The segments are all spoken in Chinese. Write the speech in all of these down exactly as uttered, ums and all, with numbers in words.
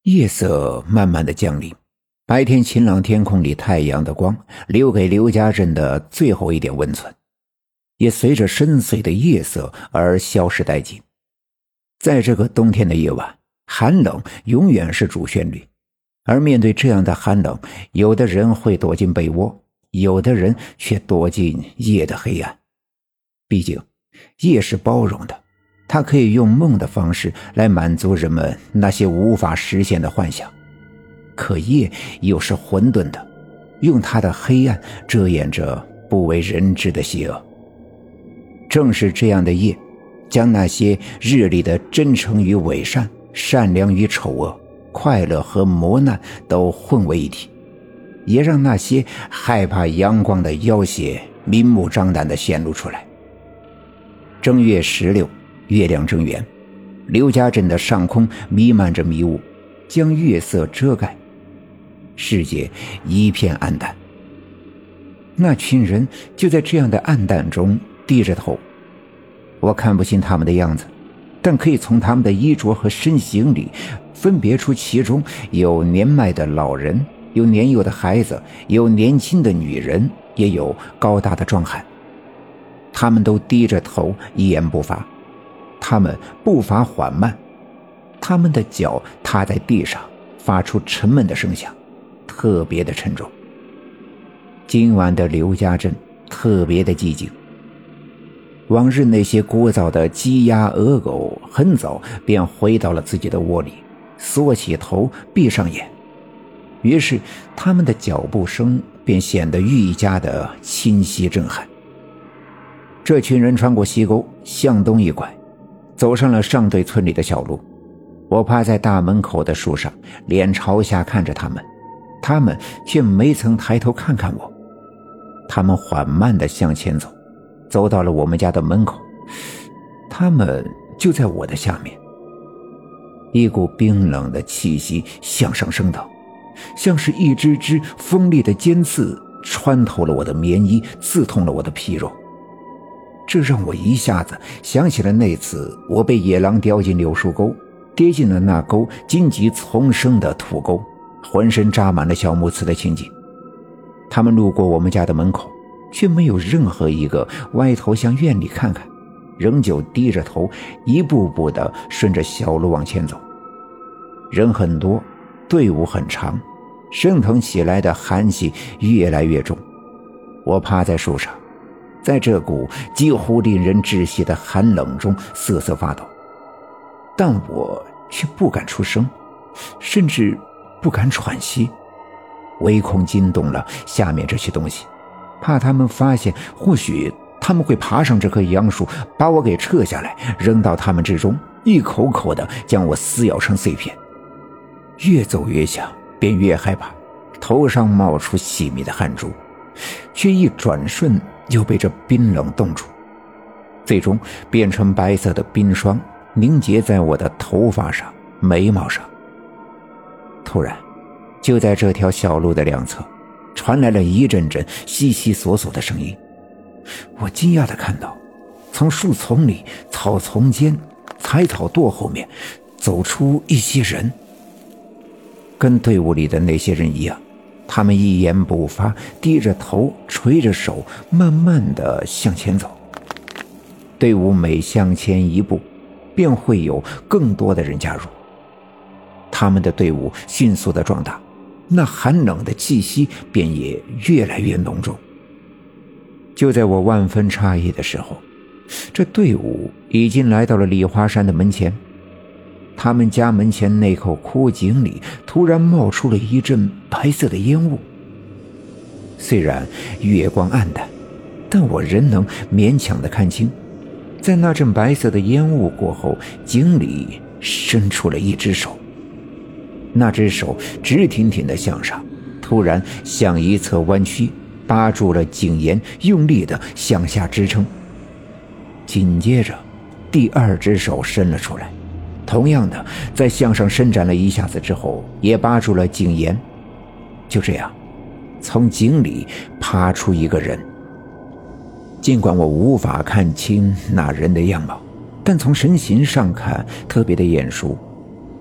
夜色慢慢的降临，白天晴朗天空里太阳的光留给刘家镇的最后一点温存，也随着深邃的夜色而消失殆尽。在这个冬天的夜晚，寒冷永远是主旋律，而面对这样的寒冷，有的人会躲进被窝，有的人却躲进夜的黑暗。毕竟夜是包容的，它可以用梦的方式来满足人们那些无法实现的幻想，可夜又是混沌的，用它的黑暗遮掩着不为人知的邪恶。正是这样的夜，将那些日里的真诚与伪善，善良与丑恶，快乐和磨难都混为一体，也让那些害怕阳光的妖邪明目张胆地显露出来。正月十六，月亮正圆，刘家镇的上空弥漫着迷雾，将月色遮盖，世界一片暗淡。那群人就在这样的暗淡中低着头，我看不清他们的样子，但可以从他们的衣着和身形里分别出其中有年迈的老人，有年幼的孩子，有年轻的女人，也有高大的壮汉。他们都低着头，一言不发，他们步伐缓慢，他们的脚踏在地上发出沉闷的声响，特别的沉重。今晚的刘家镇特别的寂静，往日那些聒噪的鸡鸭鹅狗很早便回到了自己的窝里，缩起头闭上眼，于是他们的脚步声便显得愈加的清晰震撼。这群人穿过溪沟，向东一拐，走上了上对村里的小路。我趴在大门口的树上，脸朝下看着他们，他们却没曾抬头看看我。他们缓慢地向前走，走到了我们家的门口，他们就在我的下面。一股冰冷的气息向上升到，像是一支支锋利的尖刺穿透了我的棉衣，刺痛了我的皮肉。这让我一下子想起了那次我被野狼叼进柳树沟，跌进了那沟荆棘丛生的土沟，浑身扎满了小木刺的情景。他们路过我们家的门口，却没有任何一个歪头向院里看看，仍旧低着头，一步步地顺着小路往前走。人很多，队伍很长，升腾起来的寒气越来越重。我趴在树上，在这股几乎令人窒息的寒冷中瑟瑟发抖，但我却不敢出声，甚至不敢喘息，唯恐惊动了下面这些东西，怕他们发现，或许他们会爬上这棵杨树，把我给撤下来，扔到他们之中，一口口的将我撕咬成碎片。越走越想，便越害怕，头上冒出细密的汗珠，却一转瞬又被这冰冷冻住，最终变成白色的冰霜，凝结在我的头发上、眉毛上。突然，就在这条小路的两侧，传来了一阵阵悉悉索索的声音。我惊讶地看到，从树丛里、草丛间、采草垛后面走出一些人，跟队伍里的那些人一样，他们一言不发，低着头，垂着手，慢慢地向前走。队伍每向前一步，便会有更多的人加入。他们的队伍迅速地壮大，那寒冷的气息便也越来越浓重。就在我万分诧异的时候，这队伍已经来到了李华山的门前。他们家门前那口枯井里突然冒出了一阵白色的烟雾，虽然月光暗淡，但我仍能勉强地看清，在那阵白色的烟雾过后，井里伸出了一只手，那只手直挺挺地向上，突然向一侧弯曲，扒住了井沿，用力地向下支撑。紧接着第二只手伸了出来，同样的在向上伸展了一下子之后，也扒住了井沿。就这样，从井里爬出一个人。尽管我无法看清那人的样貌，但从身形上看特别的眼熟，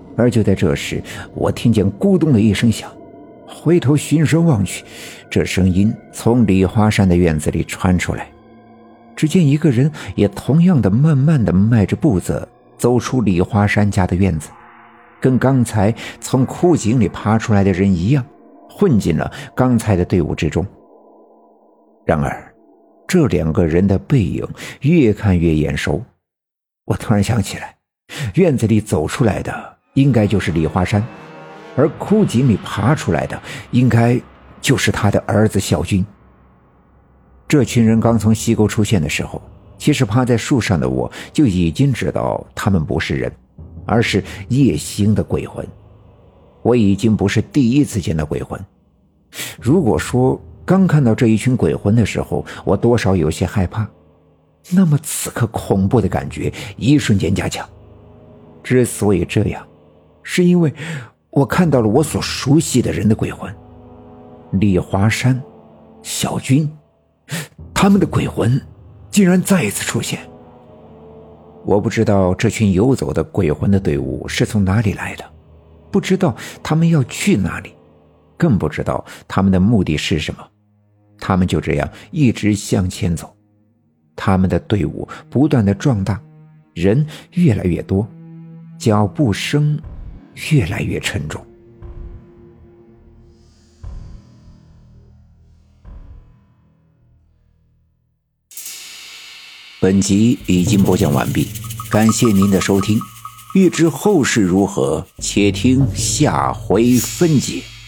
而就在这时，我听见咕咚的一声响，回头循声望去，这声音从李华山的院子里传出来。只见一个人也同样的慢慢的迈着步子走出李华山家的院子，跟刚才从枯井里爬出来的人一样，混进了刚才的队伍之中。然而这两个人的背影越看越眼熟，我突然想起来，院子里走出来的应该就是李华山，而枯井里爬出来的应该就是他的儿子小军。这群人刚从溪沟出现的时候，其实趴在树上的我就已经知道他们不是人，而是夜行的鬼魂。我已经不是第一次见到鬼魂。如果说刚看到这一群鬼魂的时候我多少有些害怕，那么此刻恐怖的感觉一瞬间加强。之所以这样，是因为我看到了我所熟悉的人的鬼魂，李华山、小军，他们的鬼魂竟然再一次出现。我不知道这群游走的鬼魂的队伍是从哪里来的，不知道他们要去哪里，更不知道他们的目的是什么。他们就这样一直向前走，他们的队伍不断的壮大，人越来越多，脚步声越来越沉重。本集已经播讲完毕，感谢您的收听。欲知后事如何，且听下回分解。